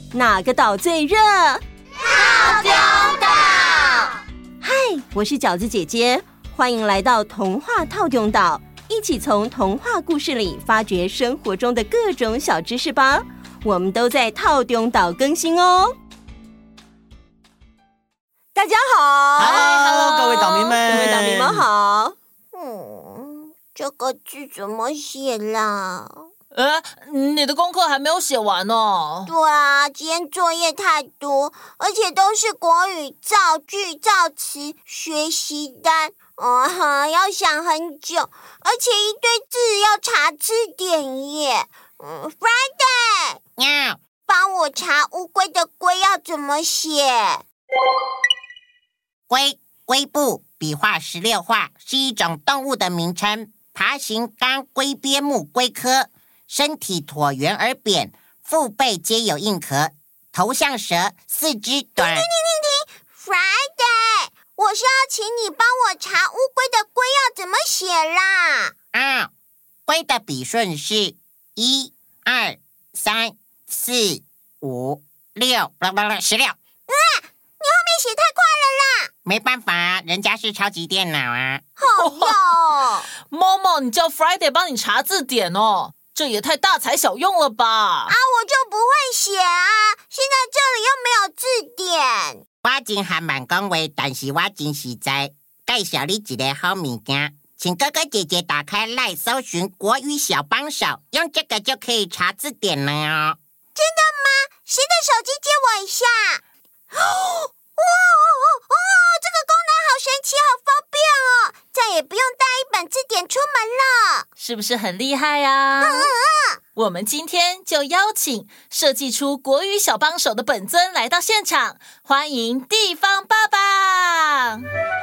哪个岛最热？ 套丢岛。 嗨，我是饺子姐姐，欢迎来到童话套丢岛，一起从童话故事里发掘生活中的各种小知识吧。我们都在套丢岛更新哦。大家好 ，Hello， 各位岛民们， 各位岛民们好。 这个字怎么写啦？ 你的功课还没有写完呢。 对啊，今天作业太多，而且都是国语造句、造词学习单，要想很久，而且一堆字要查字典耶。Friday， 帮我查乌龟的龟要怎么写？ 龟部笔画16画，是一种动物的名称，爬行纲龟鳖目龟科，身体椭圆而扁，腹背皆有硬壳，头像蛇，四肢短。 停 ！Friday， 我是要请你帮我查乌龟的龟要怎么写啦。 龟的笔顺是1、2、3、4、5、6，16。 你后面写太快了啦！ 没办法，人家是超级电脑啊。 好哟， 猫猫，你叫 Friday 帮你查字典哦，这也太大材小用了吧？ 我就不会写啊！现在这里又没有字典。 我真还蛮恭维，但是我真实在介绍你一个好物件，请哥哥姐姐打开 LINE 搜寻国语小帮手，用这个就可以查字典了哦。 真的吗？谁的手机借我一下？这个功能好神奇，好方便哦！再也不用带一本字典出门了， 是不是很厉害啊？我们今天就邀请设计出国语小帮手的本尊来到现场，欢迎地方爸爸。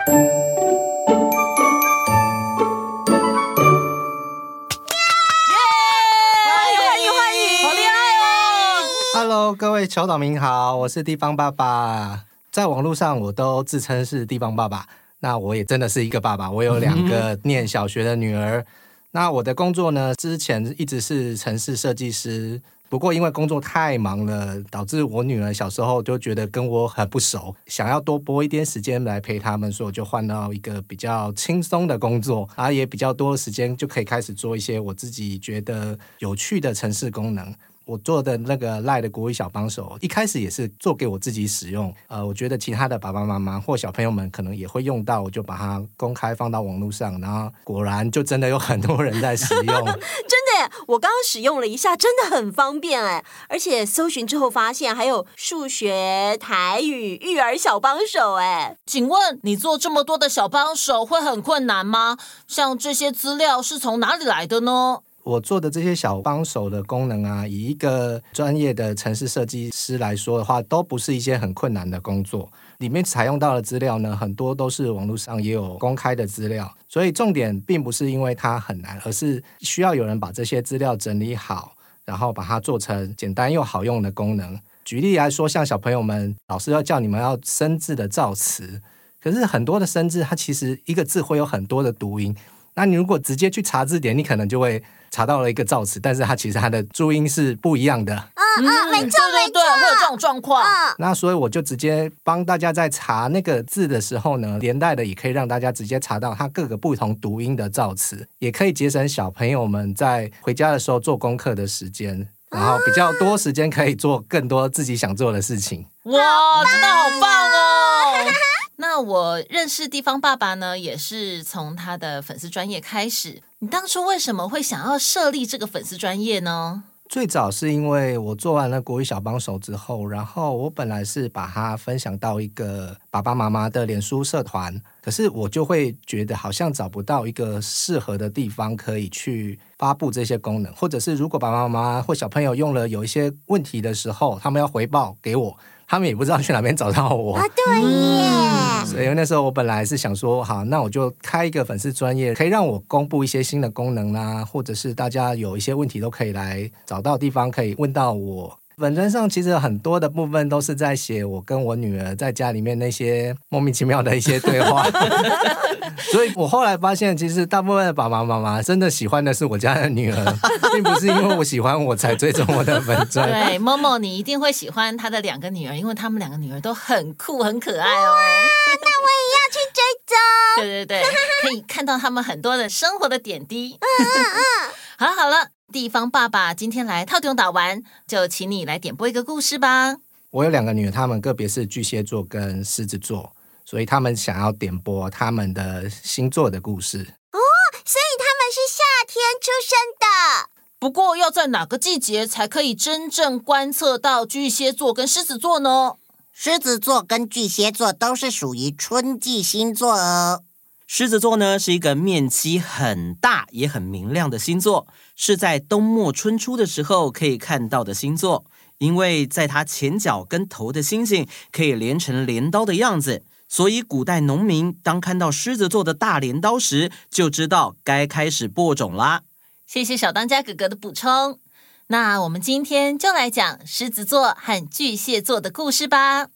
Hello， 各位小岛民好，我是地方爸爸。在网络上我都自称是地方爸爸，那我也真的是一个爸爸，我有2个念小学的女儿。那我的工作呢，之前一直是程式设计师，不过因为工作太忙了，导致我女儿小时候就觉得跟我很不熟，想要多拨一点时间来陪他们，所以我就换到一个比较轻松的工作，也比较多的时间就可以开始做一些我自己觉得有趣的程式功能。我做的那个 LINE 的国语小帮手，一开始也是做给我自己使用。我觉得其他的爸爸妈妈或小朋友们可能也会用到，我就把它公开放到网络上，然后果然就真的有很多人在使用。真的耶，我刚刚使用了一下，真的很方便哎！而且搜寻之后发现还有数学、台语、育儿小帮手哎。 请问你做这么多的小帮手会很困难吗？像这些资料是从哪里来的呢？ 我做的这些小帮手的功能以一个专业的程式设计师来说的话，都不是一些很困难的工作。里面采用到的资料呢，很多都是网络上也有公开的资料，所以重点并不是因为它很难，而是需要有人把这些资料整理好，然后把它做成简单又好用的功能。举例来说，像小朋友们，老师要叫你们要生字的造词，可是很多的生字，它其实一个字会有很多的读音。那你如果直接去查字典，你可能就会查到了一个造词，但是其实它的注音是不一样的。 没错， 对，会有这种状况。 那所以我就直接帮大家在查那个字的时候呢，连带的也可以让大家直接查到它各个不同读音的造词，也可以节省小朋友们在回家的时候做功课的时间，然后比较多时间可以做更多自己想做的事情。 哇，真的好棒哦！那我认识地方爸爸呢，也是从他的粉丝专页开始。你当初为什么会想要设立这个粉丝专页呢？ 最早是因为我做完了国语小帮手之后，然后我本来是把它分享到一个爸爸妈妈的脸书社团，可是我就会觉得好像找不到一个适合的地方可以去发布这些功能，或者是如果爸爸妈妈或小朋友用了有一些问题的时候，他们要回报给我，他们也不知道去哪边找到我。 对耶。 所以那时候我本来是想说，好，那我就开一个粉丝专页，可以让我公布一些新的功能啦，或者是大家有一些问题都可以来找到地方可以问到我。 本专上其实很多的部分都是在写我跟我女儿在家里面那些莫名其妙的一些对话，所以我后来发现，其实大部分的爸爸妈妈真的喜欢的是我家的女儿，并不是因为我喜欢我才追踪我的本专。 对，Momo你一定会喜欢他的2个女儿，因为他们2个女儿都很酷很可爱哦。 那我也要去追踪。 对对对，可以看到他们很多的生活的点滴。好了，地方爸爸今天来套中岛玩，就请你来点播一个故事吧。 我有2个女儿，她们个别是巨蟹座跟狮子座，所以她们想要点播她们的星座的故事。 所以他们是夏天出生的。 不过要在哪个季节才可以真正观测到巨蟹座跟狮子座呢？ 狮子座跟巨蟹座都是属于春季星座哦。 狮子座呢是一个面积很大也很明亮的星座，是在冬末春初的时候可以看到的星座，因为在它前脚跟头的星星可以连成镰刀的样子，所以古代农民当看到狮子座的大镰刀时，就知道该开始播种啦。 谢谢小当家哥哥的补充。那我们今天就来讲狮子座和巨蟹座的故事吧。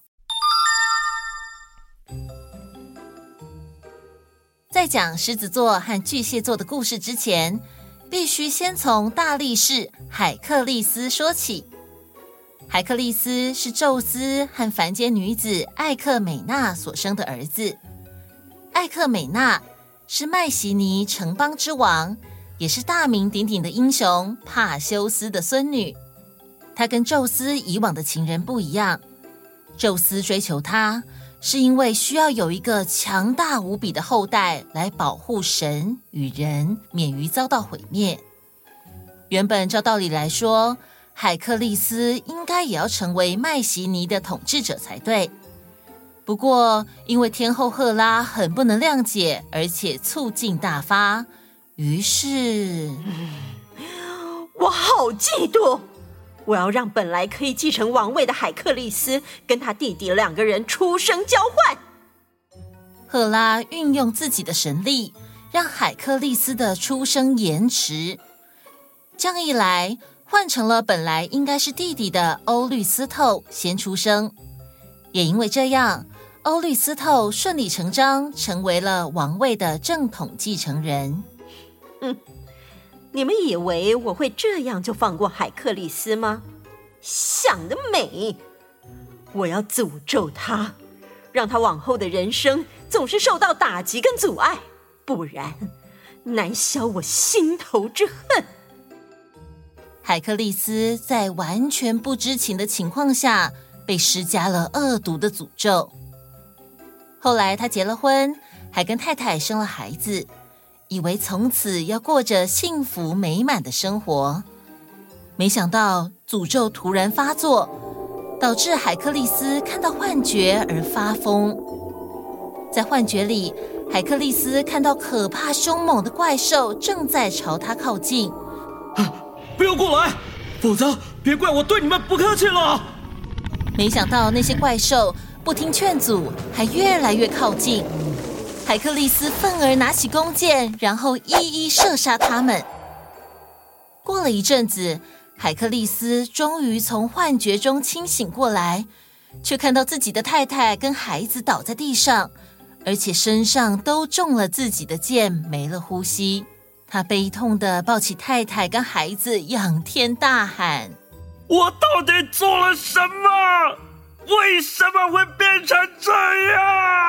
在讲狮子座和巨蟹座的故事之前，必须先从大力士海克力斯说起。海克力斯是宙斯和凡间女子艾克美娜所生的儿子。艾克美娜是麦西尼城邦之王，也是大名鼎鼎的英雄帕修斯的孙女。她跟宙斯以往的情人不一样，宙斯追求她是因为需要有一个强大无比的后代来保护神与人免于遭到毁灭。原本照道理来说，海克力斯应该也要成为麦西尼的统治者才对。不过因为天后赫拉很不能谅解，而且醋劲大发，于是我好嫉妒！我要让本来可以继承王位的海克力斯跟他弟弟2个人出生交换。 赫拉运用自己的神力，让海克力斯的出生延迟。这样一来，换成了本来应该是弟弟的欧律斯透先出生。也因为这样，欧律斯透顺理成章成为了王位的正统继承人。 你们以为我会这样就放过海克力斯吗？想得美！我要诅咒他，让他往后的人生总是受到打击跟阻碍，不然难消我心头之恨。 海克力斯在完全不知情的情况下被施加了恶毒的诅咒。后来他结了婚，还跟太太生了孩子，以为从此要过着幸福美满的生活。没想到诅咒突然发作，导致海克力斯看到幻觉而发疯。在幻觉里，海克力斯看到可怕凶猛的怪兽正在朝他靠近。 不要过来，否则别怪我对你们不客气了。 没想到那些怪兽不听劝阻，还越来越靠近。海克力斯愤而拿起弓箭，然后一一射杀他们。过了一阵子，海克力斯终于从幻觉中清醒过来，却看到自己的太太跟孩子倒在地上，而且身上都中了自己的箭，没了呼吸。他悲痛地抱起太太跟孩子，仰天大喊： 我到底做了什么？为什么会变成这样？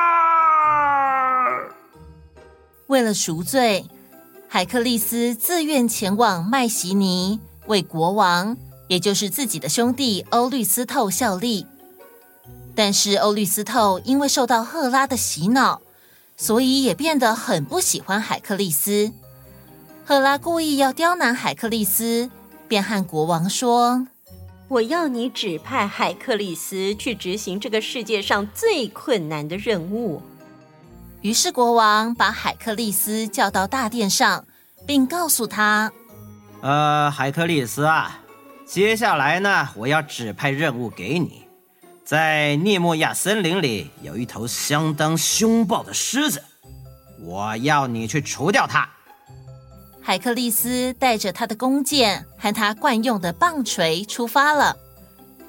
为了赎罪，海克力斯自愿前往麦西尼，为国王，也就是自己的兄弟欧律斯透效力。但是欧律斯透因为受到赫拉的洗脑，所以也变得很不喜欢海克力斯。赫拉故意要刁难海克力斯，便和国王说： 我要你指派海克力斯去执行这个世界上最困难的任务。 于是国王把海克力斯叫到大殿上，并告诉他： 海克力斯啊，接下来呢，我要指派任务给你。在涅莫亚森林里有一头相当凶暴的狮子，我要你去除掉它。 海克力斯带着他的弓箭和他惯用的棒槌出发了。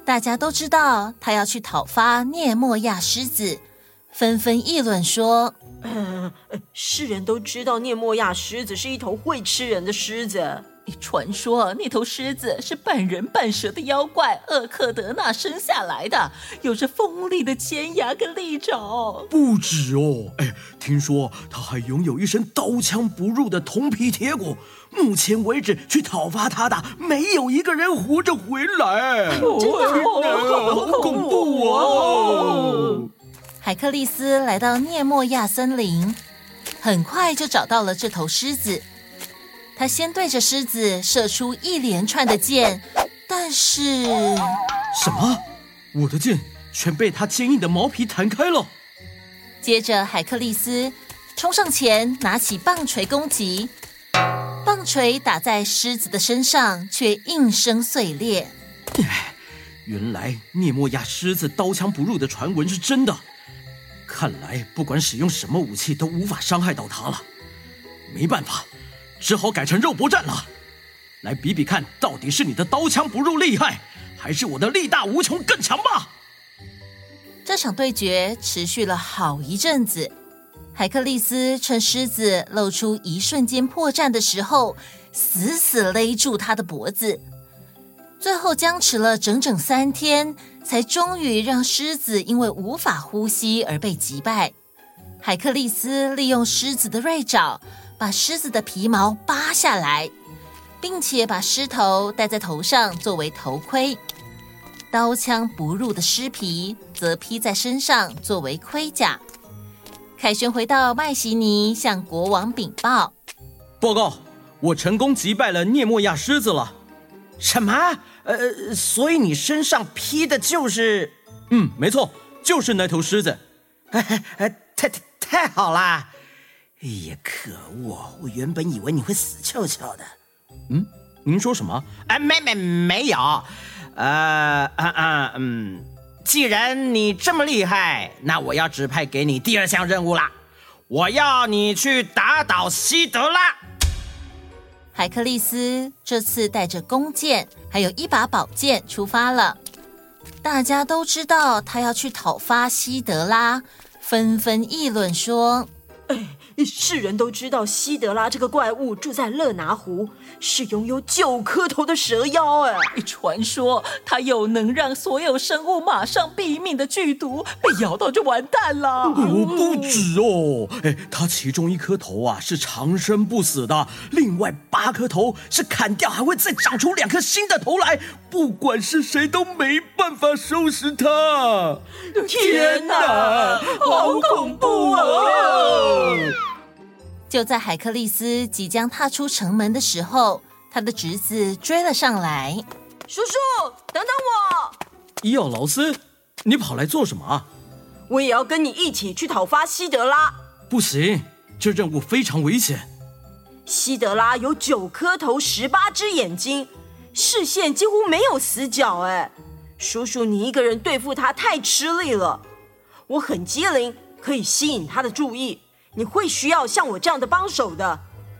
大家都知道他要去讨伐涅莫亚狮子，纷纷议论说： 世人都知道涅莫亚狮子是一头会吃人的狮子。 传说那头狮子是半人半蛇的妖怪厄克德纳生下来的，有着锋利的尖牙跟利爪。 不止哦，听说他还拥有一身刀枪不入的铜皮铁骨。目前为止，去讨伐他的没有一个人活着回来。 真的好恐怖哦！ 海克力斯来到涅莫亚森林，很快就找到了这头狮子。他先对着狮子射出一连串的箭，但是…… 什么？我的箭全被他坚硬的毛皮弹开了。 接着，海克力斯冲上前，拿起棒槌攻击。棒槌打在狮子的身上，却应声碎裂。 原来涅莫亚狮子刀枪不入的传闻是真的。看来不管使用什么武器都无法伤害到他了。没办法，只好改成肉搏战了。来比比看，到底是你的刀枪不入厉害，还是我的力大无穷更强吧。 这场对决持续了好一阵子。海克力斯趁狮子露出一瞬间破绽的时候，死死勒住他的脖子。最后僵持了整整3天，才终于让狮子因为无法呼吸而被击败。海克力斯利用狮子的锐爪，把狮子的皮毛扒下来，并且把狮头戴在头上作为头盔。刀枪不入的狮皮则披在身上作为盔甲。凯旋回到麦西尼，向国王禀报： 报告，我成功击败了涅莫亚狮子了。 什么？所以你身上披的就是…… 没错，就是那头狮子。 太好啦！哎呀，可恶！我原本以为你会死翘翘的。 您说什么？ 没有。既然你这么厉害，那我要指派给你第2项任务啦。我要你去打倒西德拉。 海克力斯这次带着弓箭还有一把宝剑出发了。大家都知道他要去讨伐西德拉，纷纷议论说： 世人都知道西德拉这个怪物住在勒拿湖，是拥有9颗头的蛇妖。 传说它有能让所有生物马上毙命的剧毒，被咬到就完蛋了。 不止哦，它其中1颗头啊是长生不死的，另外8颗头是砍掉还会再长出2颗新的头来，不管是谁都没办法收拾它。 天哪，好恐怖啊！ 就在海克力斯即将踏出城门的时候，他的侄子追了上来。 叔叔，等等我！ 伊奥劳斯，你跑来做什么啊？ 我也要跟你一起去讨伐西德拉。 不行，这任务非常危险。 西德拉有9颗头、18只眼睛，视线几乎没有死角。叔叔，你一个人对付他太吃力了。我很机灵，可以吸引他的注意。你会需要像我这样的帮手的。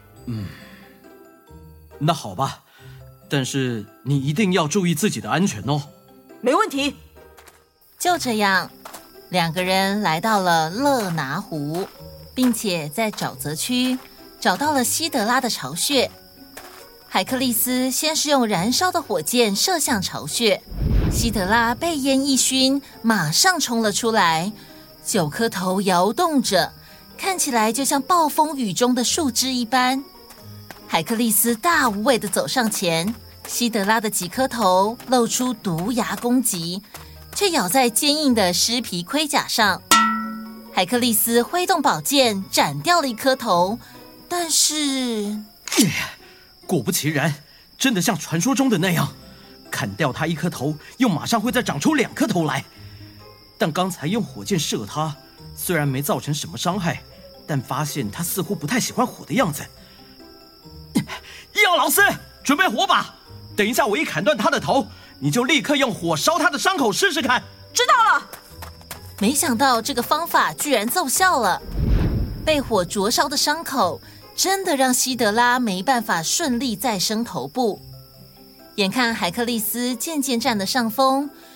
那好吧，但是你一定要注意自己的安全哦。 没问题。 就这样，2个人来到了勒拿湖，并且在沼泽区找到了西德拉的巢穴。海克力斯先是用燃烧的火箭射向巢穴，西德拉被烟一熏，马上冲了出来，9颗头摇动着，看起来就像暴风雨中的树枝一般。海克力斯大无畏地走上前，西德拉的几颗头露出毒牙攻击，却咬在坚硬的狮皮盔甲上。海克力斯挥动宝剑斩掉了1颗头，但是果不其然，真的像传说中的那样，砍掉他1颗头，又马上会再长出2颗头来。但刚才用火箭射他，虽然没造成什么伤害，但发现他似乎不太喜欢火的样子。伊奥劳斯，准备火把，等一下我一砍断他的头，你就立刻用火烧他的伤口试试看。 知道了。 没想到这个方法居然奏效了，被火灼烧的伤口真的让西德拉没办法顺利再生头部。眼看海克力斯渐渐占了上风，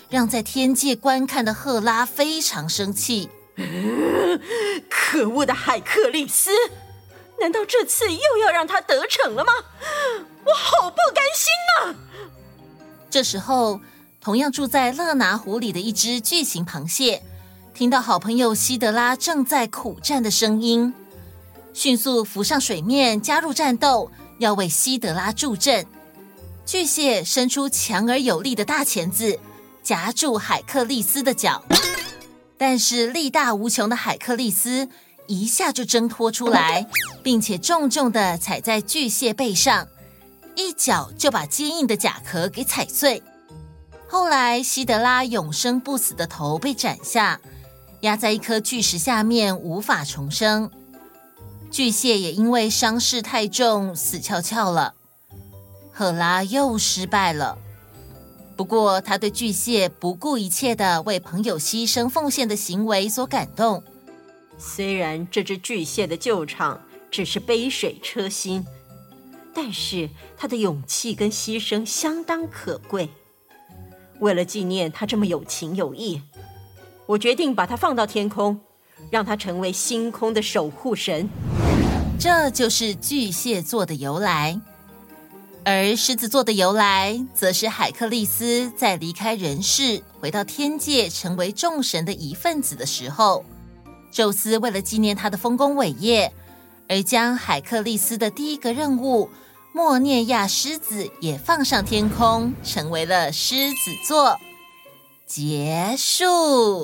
让在天界观看的赫拉非常生气。 可恶的海克力斯，难道这次又要让他得逞了吗？我好不甘心啊！ 这时候，同样住在勒拿湖里的一只巨型螃蟹，听到好朋友西德拉正在苦战的声音，迅速浮上水面加入战斗，要为西德拉助阵。巨蟹伸出强而有力的大钳子，夹住海克力斯的脚，但是力大无穷的海克力斯一下就挣脱出来，并且重重地踩在巨蟹背上，一脚就把坚硬的甲壳给踩碎。后来西德拉永生不死的头被斩下，压在一颗巨石下面，无法重生。巨蟹也因为伤势太重死翘翘了。赫拉又失败了，不过他对巨蟹不顾一切的为朋友牺牲奉献的行为所感动。 虽然这只巨蟹的救场只是杯水车薪，但是他的勇气跟牺牲相当可贵。为了纪念他这么有情有义，我决定把他放到天空，让他成为星空的守护神。 这就是巨蟹座的由来。而狮子座的由来，则是海克力斯在离开人世，回到天界成为众神的一份子的时候，宙斯为了纪念他的丰功伟业，而将海克力斯的第一个任务莫涅亚狮子也放上天空，成为了狮子座。结束。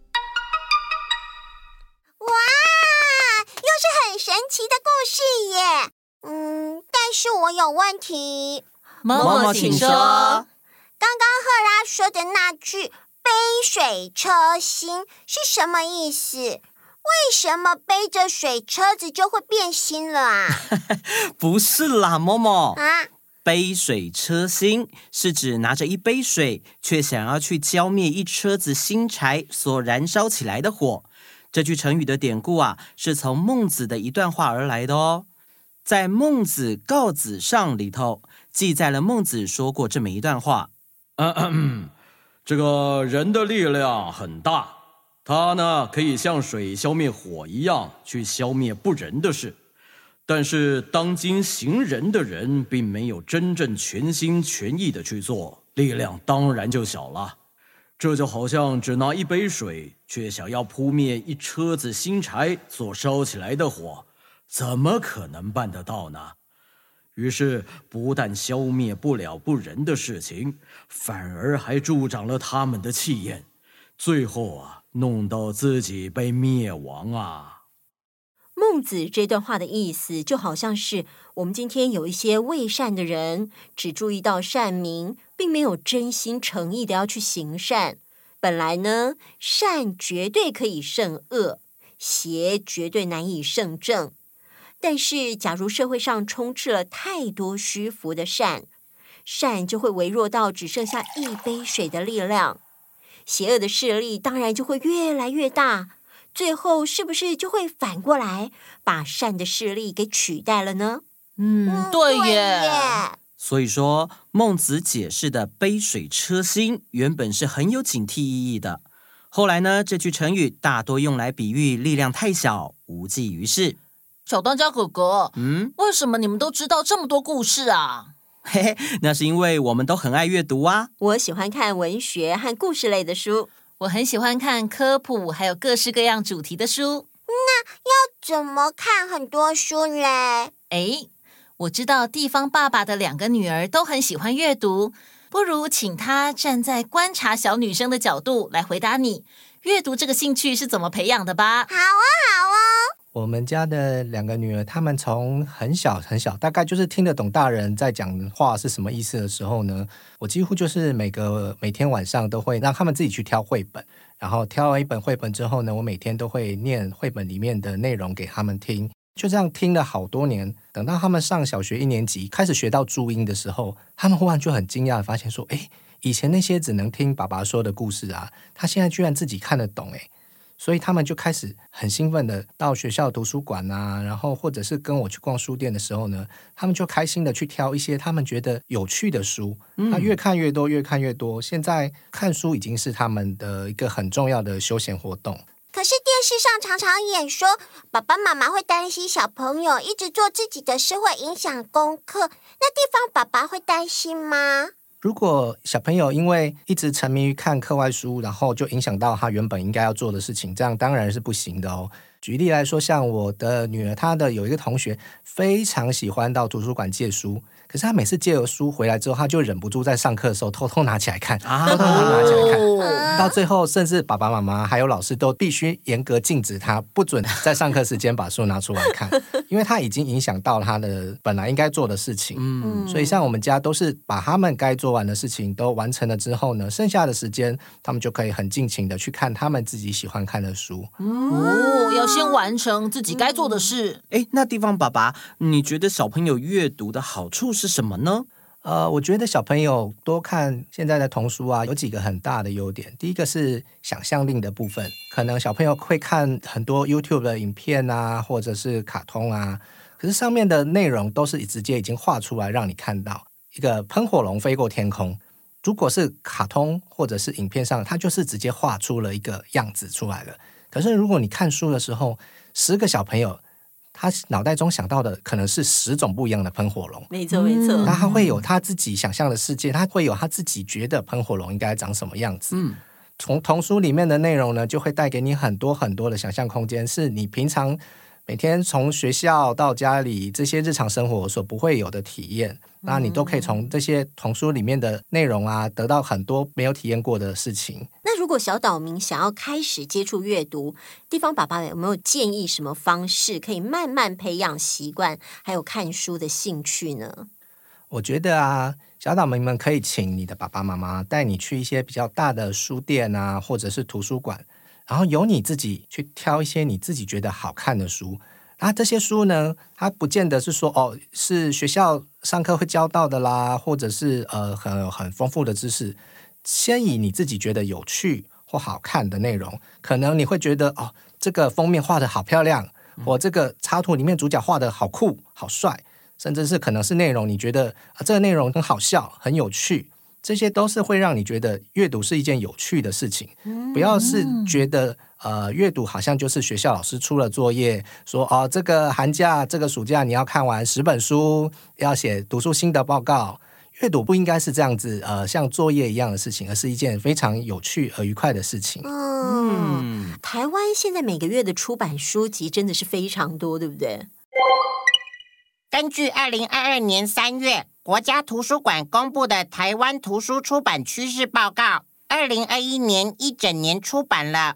哇，又是很神奇的故事耶！但是我有问题。 嬷嬷请说。 刚刚赫拉说的那句杯水车薪是什么意思？为什么背着水车子就会变心了啊？ 不是啦，嬷嬷啊， 杯水车薪是指拿着一杯水，却想要去浇灭一车子新柴所燃烧起来的火。这句成语的典故啊，是从孟子的一段话而来的哦。在《孟子·告子上》里头，记载了孟子说过这么一段话： 这个人的力量很大，他呢可以像水消灭火一样去消灭不仁的事，但是当今行仁的人并没有真正全心全意的去做，力量当然就小了。这就好像只拿一杯水，却想要扑灭一车子新柴所烧起来的火，怎么可能办得到呢？于是不但消灭不了不仁的事情，反而还助长了他们的气焰，最后啊，弄到自己被灭亡啊。 孟子这段话的意思，就好像是我们今天有一些伪善的人，只注意到善名，并没有真心诚意的要去行善。本来呢，善绝对可以胜恶，邪绝对难以胜正。但是假如社会上充斥了太多虚浮的善，善就会微弱到只剩下一杯水的力量，邪恶的势力当然就会越来越大，最后是不是就会反过来把善的势力给取代了呢？ 对耶。 所以说，孟子解释的杯水车薪原本是很有警惕意义的。后来呢，这句成语大多用来比喻力量太小，无济于事。 小当家哥哥，为什么你们都知道这么多故事啊？ 嘿嘿，那是因为我们都很爱阅读啊。 我喜欢看文学和故事类的书， 我很喜欢看科普，还有各式各样主题的书。 那要怎么看很多书嘞？ 我知道地方爸爸的2个女儿都很喜欢阅读，不如请他站在观察小女生的角度来回答你，阅读这个兴趣是怎么培养的吧？ 好啊，好啊。 我们家的2个女儿，她们从很小很小，大概就是听得懂大人在讲话是什么意思的时候呢，我几乎就是每天晚上都会让她们自己去挑绘本，然后挑完一本绘本之后呢，我每天都会念绘本里面的内容给她们听，就这样听了好多年。等到她们上小学1年级开始学到注音的时候，她们忽然就很惊讶地发现说，以前那些只能听爸爸说的故事啊，她现在居然自己看得懂。 所以他们就开始很兴奋的到学校图书馆啊，然后或者是跟我去逛书店的时候呢，他们就开心的去挑一些他们觉得有趣的书，那越看越多，越看越多。现在看书已经是他们的一个很重要的休闲活动。 可是电视上常常演说，爸爸妈妈会担心小朋友一直做自己的事会影响功课，那地方爸爸会担心吗？ 如果小朋友因为一直沉迷于看课外书，然后就影响到他原本应该要做的事情，这样当然是不行的哦。举例来说，像我的女儿，她的有一个同学非常喜欢到图书馆借书，可是她每次借了书回来之后，她就忍不住在上课的时候偷偷拿起来看，偷偷拿起来看，到最后甚至爸爸妈妈还有老师都必须严格禁止她，不准在上课时间把书拿出来看，因为她已经影响到她的本来应该做的事情。所以像我们家都是把他们该做完的事情都完成了之后呢，剩下的时间他们就可以很尽情的去看他们自己喜欢看的书。 要先完成自己该做的事。 那地方爸爸，你觉得小朋友阅读的好处是什么呢？ 我觉得小朋友多看现在的童书啊，有几个很大的优点。第一个是想象力的部分，可能小朋友会看很多 YouTube 的影片啊，或者是卡通啊，可是上面的内容都是直接已经画出来让你看到一个喷火龙飞过天空。如果是卡通或者是影片上，它就是直接画出了一个样子出来了。可是如果你看书的时候，10个小朋友他脑袋中想到的可能是10种不一样的喷火龙。 没错没错， 他会有他自己想象的世界，他会有他自己觉得喷火龙应该长什么样子。从童书里面的内容呢，就会带给你很多很多的想象空间，是你平常每天从学校到家里这些日常生活所不会有的体验，那你都可以从这些童书里面的内容啊，得到很多没有体验过的事情。 那如果小岛民想要开始接触阅读，地方爸爸有没有建议什么方式可以慢慢培养习惯，还有看书的兴趣呢？ 我觉得啊，小岛民们可以请你的爸爸妈妈带你去一些比较大的书店啊，或者是图书馆，然后由你自己去挑一些你自己觉得好看的书。那这些书呢，它不见得是说是学校上课会教到的啦，或者是很丰富的知识。先以你自己觉得有趣或好看的内容，可能你会觉得这个封面画得好漂亮，或这个插图里面主角画得好酷好帅，甚至是可能是内容你觉得这个内容很好笑很有趣，这些都是会让你觉得阅读是一件有趣的事情。不要是觉得阅读好像就是学校老师出了作业说这个寒假这个暑假你要看完10本书，要写读书心得报告。阅读不应该是这样子像作业一样的事情，而是一件非常有趣而愉快的事情。 台湾现在每个月的出版书籍真的是非常多，对不对？ 根据2022年3月国家图书馆公布的台湾图书出版趋势报告，2021年一整年出版了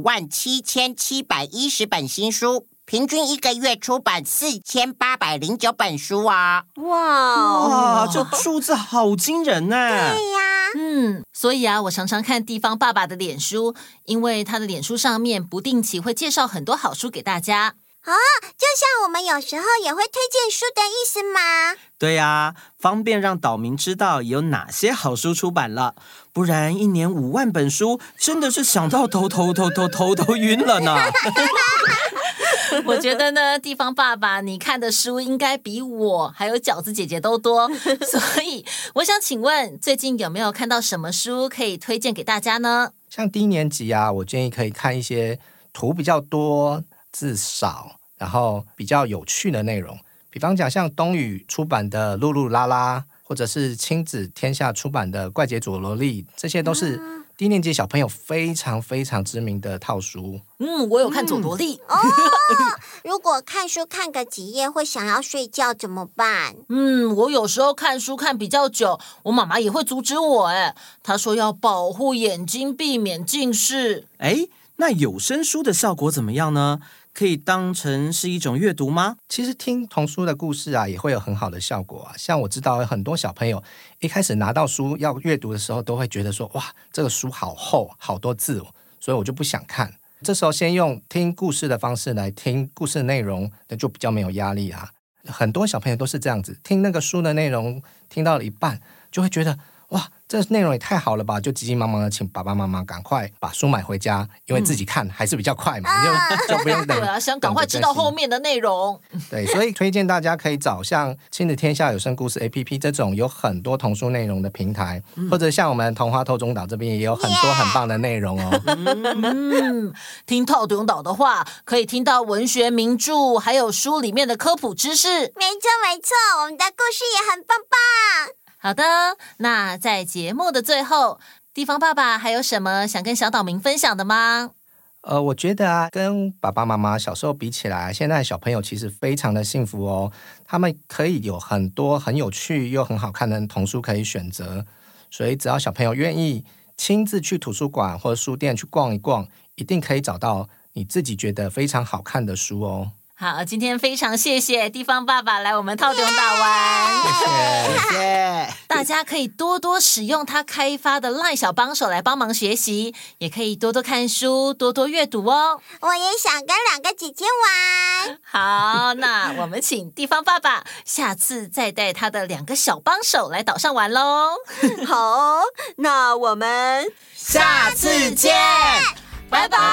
57710本新书，平均一个月出版4809本书啊！ 哇，这数字好惊人呢！ 对呀， 所以我常常看地方爸爸的脸书，因为他的脸书上面不定期会介绍很多好书给大家。 就像我们有时候也会推荐书的意思吗？ 对呀，方便让岛民知道有哪些好书出版了，不然一年5万本书，真的是想到头晕了呢。 我觉得呢，地方爸爸你看的书应该比我还有饺子姐姐都多，所以我想请问，最近有没有看到什么书可以推荐给大家呢？ 像低年级啊，我建议可以看一些图比较多字少然后比较有趣的内容，比方讲像东宇出版的露露拉拉，或者是亲子天下出版的怪杰佐罗莉，这些都是低年级小朋友非常非常知名的套书。 我有看佐罗莉。 如果看书看个几页会想要睡觉怎么办？ 我有时候看书看比较久，我妈妈也会阻止我。她说要保护眼睛，避免近视。 那有声书的效果怎么样呢？可以当成是一种阅读吗？ 其实听童书的故事啊，也会有很好的效果啊。像我知道很多小朋友一开始拿到书要阅读的时候，都会觉得说哇，这个书好厚，好多字所以我就不想看。这时候先用听故事的方式来听故事的内容，那就比较没有压力啊。很多小朋友都是这样子，听那个书的内容听到了一半，就会觉得哇，这内容也太好了吧，就急急忙忙的请爸爸妈妈赶快把书买回家，因为自己看还是比较快嘛，就不用等。 对啊，想赶快知道后面的内容。 对，所以推荐大家可以找像亲子天下有声故事 APP 这种有很多童书内容的平台，或者像我们童话透中岛这边也有很多很棒的内容哦。 听透中岛的话，可以听到文学名著，还有书里面的科普知识。 没错没错，我们的故事也很棒棒。 好的，那在节目的最后，地方爸爸还有什么想跟小岛民分享的吗？ 我觉得啊，跟爸爸妈妈小时候比起来，现在小朋友其实非常的幸福哦。他们可以有很多很有趣又很好看的童书可以选择，所以只要小朋友愿意亲自去图书馆或者书店去逛一逛，一定可以找到你自己觉得非常好看的书哦。 好，今天非常谢谢地方爸爸来我们透中岛玩， 谢谢。 大家可以多多使用他开发的 LINE 小帮手来帮忙学习，也可以多多看书，多多阅读哦。 我也想跟2个姐姐玩。 好，那我们请地方爸爸下次再带他的2个小帮手来岛上玩咯。 好，那我们下次见， 拜拜。